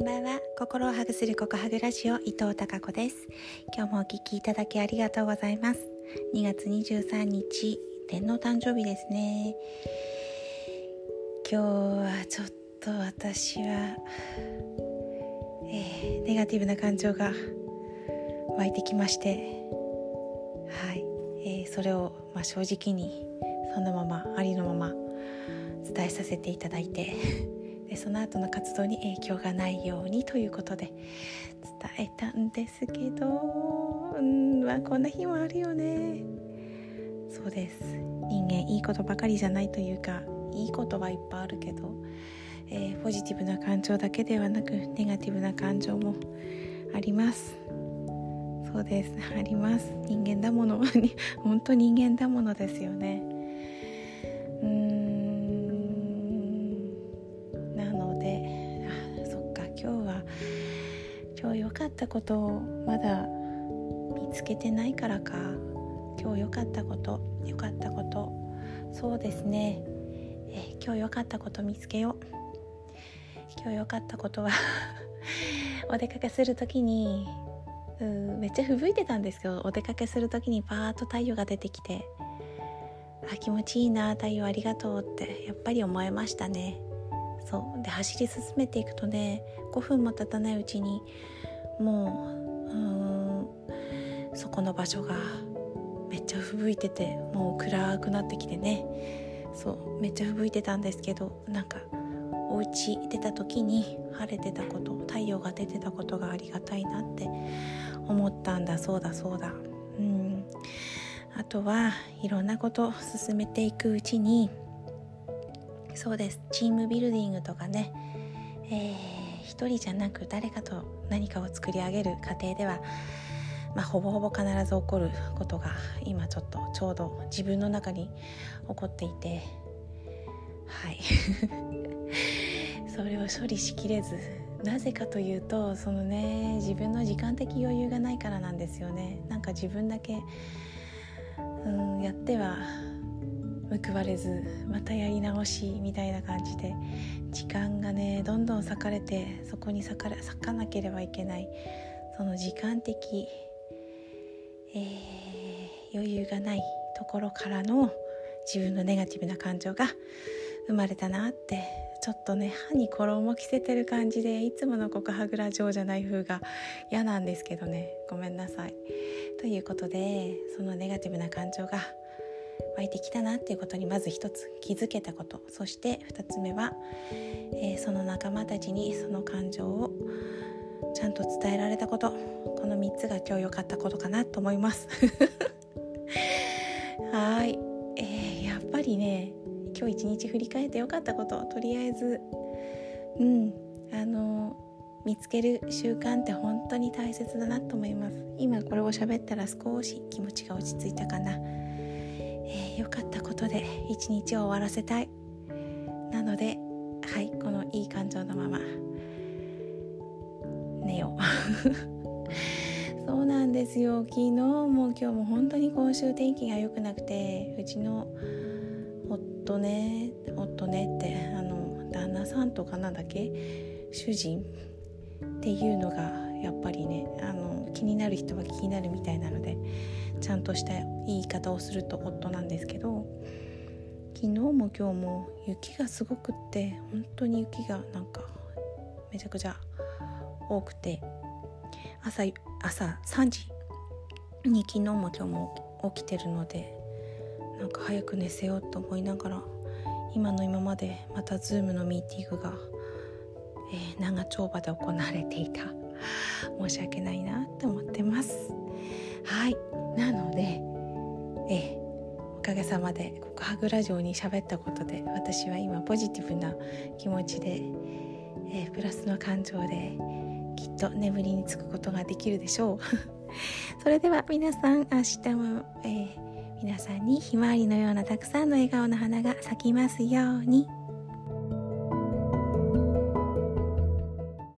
んばんは。心をハグするココハグラジオ、伊藤孝子です。今日もお聞きいただきありがとうございます。2月23日、天皇誕生日ですね。今日はちょっと私は、ネガティブな感情が湧いてきまして、それを正直にそのままありのまま伝えさせていただいて、でその後の活動に影響がないようにということで伝えたんですけど、こんな日もあるよね。そうです。人間いいことばかりじゃないというか、いいことはいっぱいあるけど、ポジティブな感情だけではなくネガティブな感情もあります。そうです、あります。人間だもの本当人間だものですよね。なのでそっか、今日良かったことをまだ見つけてないからか。今日良かったことそうですね、今日良かったこと見つけよう。今日良かったことはお出かけするときにめっちゃ吹雪いてたんですけど、お出かけするときにパーッと太陽が出てきて、気持ちいいな、太陽ありがとうってやっぱり思いましたね。そうで、走り進めていくとね、5分も経たないうちにもうそこの場所がめっちゃ吹雪いてて、もう暗くなってきてね、そうめっちゃ吹雪いてたんですけど、なんかお家出た時に晴れてたこと、太陽が出てたことがありがたいなって思ったんだ。そうだ、あとはいろんなことを進めていくうちに、そうです、チームビルディングとかね、一人じゃなく誰かと何かを作り上げる過程では、ほぼほぼ必ず起こることが今ちょうど自分の中に起こっていて、それを処理しきれず、なぜかというと自分の時間的余裕がないからなんですよね。なんか自分だけやっては報われず、またやり直しみたいな感じで時間がねどんどん割かれて、そこに割かなければいけない、その時間的、余裕がないところからの自分のネガティブな感情が生まれたなって、ちょっとね歯に衣着せてる感じで、いつものココハグラジオじゃない風が嫌なんですけどね、ごめんなさい。ということで、そのネガティブな感情が湧いてきたなっていうことにまず一つ気づけたこと、そして二つ目は、その仲間たちにその感情をちゃんと伝えられたこと、この3つが今日良かったことかなと思いますやっぱりね、今日一日振り返って良かったこと、とりあえず見つける習慣って本当に大切だなと思います。今これを喋ったら少し気持ちが落ち着いたかな。良かったことで一日を終わらせたい。なのでこのいい感情のまま寝ようそうなんですよ。昨日も今日も本当に今週天気が良くなくて、うちの夫ねって旦那さんとか主人っていうのがやっぱりね、気になる人は気になるみたいなので、ちゃんとした言い方をすると夫なんですけど、昨日も今日も雪がすごくって、本当に雪がめちゃくちゃ多くて、朝3時に昨日も今日も起きてるので、早く寝せようと思いながら、今までまたズームのミーティングが、長丁場で行われていた。申し訳ないなって思ってます。なので、おかげさまでココハグラジオに喋ったことで、私は今ポジティブな気持ちで、プラスの感情できっと眠りにつくことができるでしょうそれでは皆さん、明日も、皆さんにひまわりのようなたくさんの笑顔の花が咲きますように。